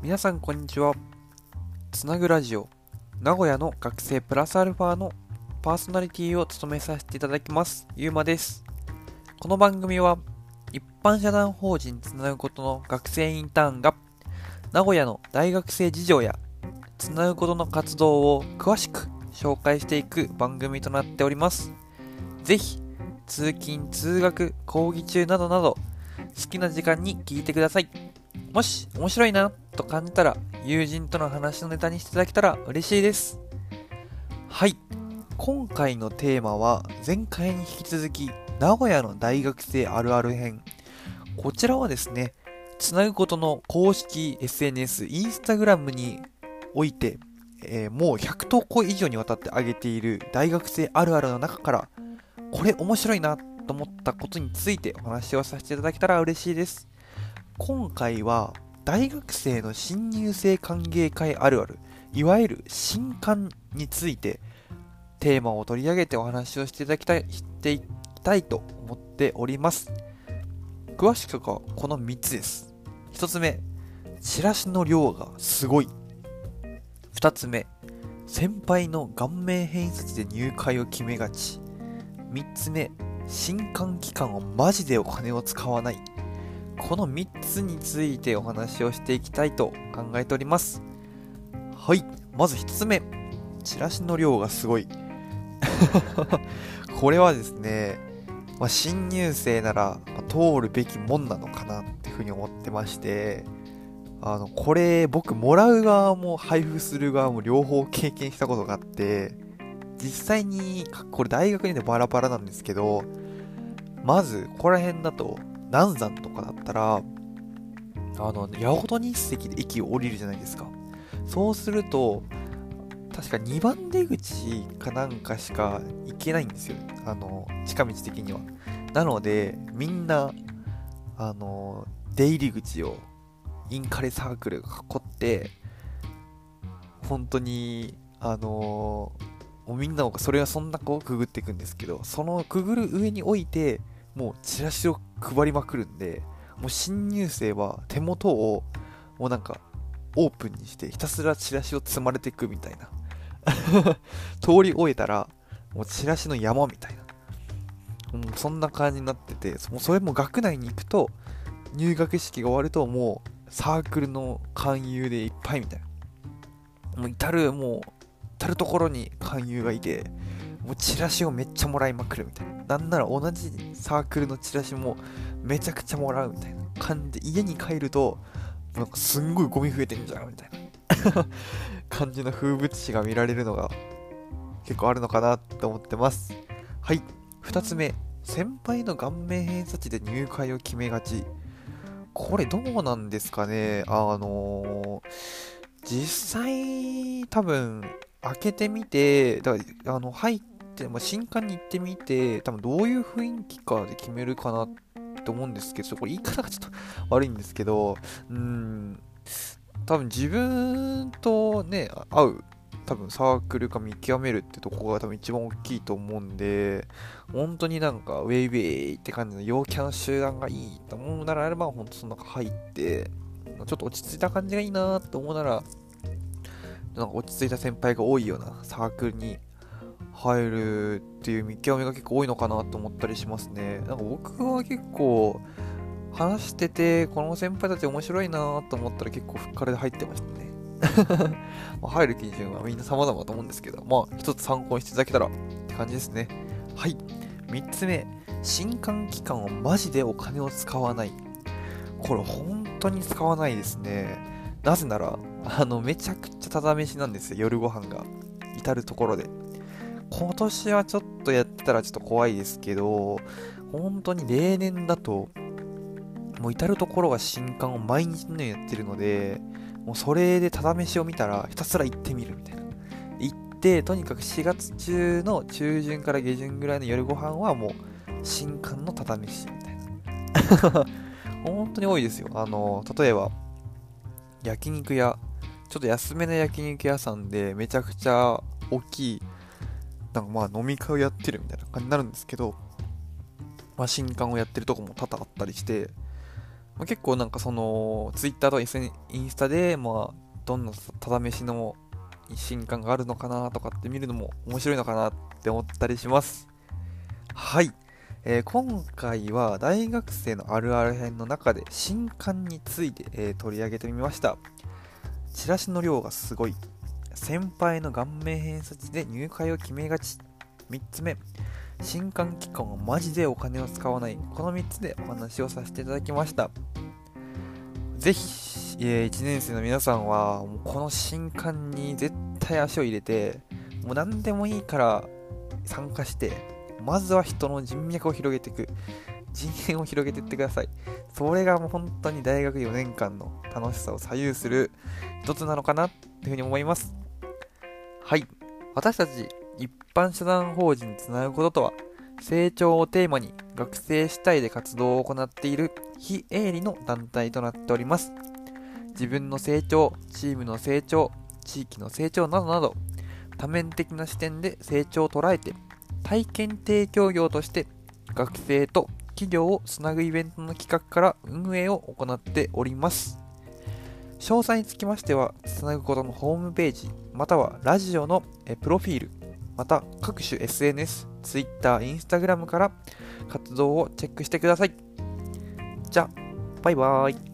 皆さんこんにちは。つなぐラジオ名古屋の学生プラスアルファのパーソナリティを務めさせていただきますゆうまです。この番組は一般社団法人つなぐことの学生インターンが名古屋の大学生事情やつなぐことの活動を詳しく紹介していく番組となっております。ぜひ通勤通学講義中などなど好きな時間に聞いてください。もし面白いなと感じたら友人との話のネタにしていただけたら嬉しいです。はい、今回のテーマは前回に引き続き名古屋の大学生あるある編。こちらはですね、つなぐことの公式 SNS インスタグラムにおいて、もう100投稿以上にわたって上げている大学生あるあるの中からこれ面白いなと思ったことについてお話をさせていただけたら嬉しいです。今回は大学生の新入生歓迎会あるある、いわゆる新歓についてテーマを取り上げてお話をしていきたいと思っております。詳しくはこの3つです。1つ目、チラシの量がすごい。2つ目、先輩の顔面偏差値で入会を決めがち。3つ目、新歓期間はマジでお金を使わない。この3つについてお話をしていきたいと考えております。はい、まず1つ目、チラシの量がすごい。これはですね、新入生なら、通るべきもんなのかなっていうふうに思ってまして、これ僕もらう側も配布する側も両方経験したことがあって、実際にこれ大学にでバラバラなんですけど、まずここら辺だと南山とかだったら八乙日赤で駅を降りるじゃないですか。そうすると確か2番出口かなんかしか行けないんですよ、近道的には。なのでみんな出入り口をインカレサークルが囲って、本当にもうみんなそれはそんなこうくぐっていくんですけど、そのくぐる上に置いてもうチラシを配りまくるんで、もう新入生は手元をもうなんかオープンにしてひたすらチラシを積まれていくみたいな。通り終えたらもうチラシの山みたいな、そんな感じになってて、もうそれも学内に行くと入学式が終わるともうサークルの勧誘でいっぱいみたいな。もう至るところに勧誘がいて、もうチラシをめっちゃもらいまくるみたいな。なんなら同じサークルのチラシもめちゃくちゃもらうみたいな感じで、家に帰るとなんかすんごいゴミ増えてんじゃんみたいな感じの風物詩が見られるのが結構あるのかなって思ってます。はい、2つ目、先輩の顔面偏差値で入会を決めがち。これどうなんですかね。実際多分開けてみて、だから入って、新刊に行ってみて、多分どういう雰囲気かで決めるかなって思うんですけど、これ言い方がちょっと悪いんですけど、多分自分とね合う多分サークルか見極めるってとこが多分一番大きいと思うんで、本当になんかウェイウェイって感じの陽キャの集団がいいと思うならあれば、本当その中入ってちょっと落ち着いた感じがいいなと思うなら、なんか落ち着いた先輩が多いようなサークルに入るっていう見極めが結構多いのかなと思ったりしますね。なんか僕は結構話しててこの先輩たち面白いなと思ったら結構フッカレで入ってましたね。入る基準はみんな様々だと思うんですけど、一つ参考にしていただけたらって感じですね。はい、3つ目、新歓期間はマジでお金を使わない。これ本当に使わないですね。なぜならめちゃくちゃただ飯なんですよ、夜ご飯が至るところで。今年はちょっとやってたらちょっと怖いですけど、本当に例年だともう至るところが新刊を毎日のようにやってるので、もうそれでただ飯を見たらひたすら行ってみるみたいな。行って、とにかく4月中の中旬から下旬ぐらいの夜ご飯はもう新刊のただ飯みたいな。本当に多いですよ。例えば、焼肉屋、ちょっと安めの焼肉屋さんでめちゃくちゃ大きい、なんか飲み会をやってるみたいな感じになるんですけど、新刊をやってるとこも多々あったりして、 結構なんかその、ツイッターとかインスタで、どんなただ飯の新刊があるのかなとかって見るのも面白いのかなって思ったりします。はい。今回は大学生のあるある編の中で新刊について、取り上げてみました。チラシの量がすごい。先輩の顔面偏差値で入会を決めがち。3つ目、新刊期間はマジでお金を使わない。この3つでお話をさせていただきました。ぜひ、1年生の皆さんはもうこの新刊に絶対足を入れて、もう何でもいいから参加して、まずは人の人脈を広げていく、人縁を広げていってください。それがもう本当に大学4年間の楽しさを左右する一つなのかなっていうふうに思います。はい。私たち一般社団法人つなぐこととは、成長をテーマに学生主体で活動を行っている非営利の団体となっております。自分の成長、チームの成長、地域の成長などなど、多面的な視点で成長を捉えて、体験提供業として学生と企業をつなぐイベントの企画から運営を行っております。詳細につきましては、つなぐことのホームページ、またはラジオのプロフィール、また各種 SNS、Twitter、Instagram から活動をチェックしてください。じゃあ、バイバーイ。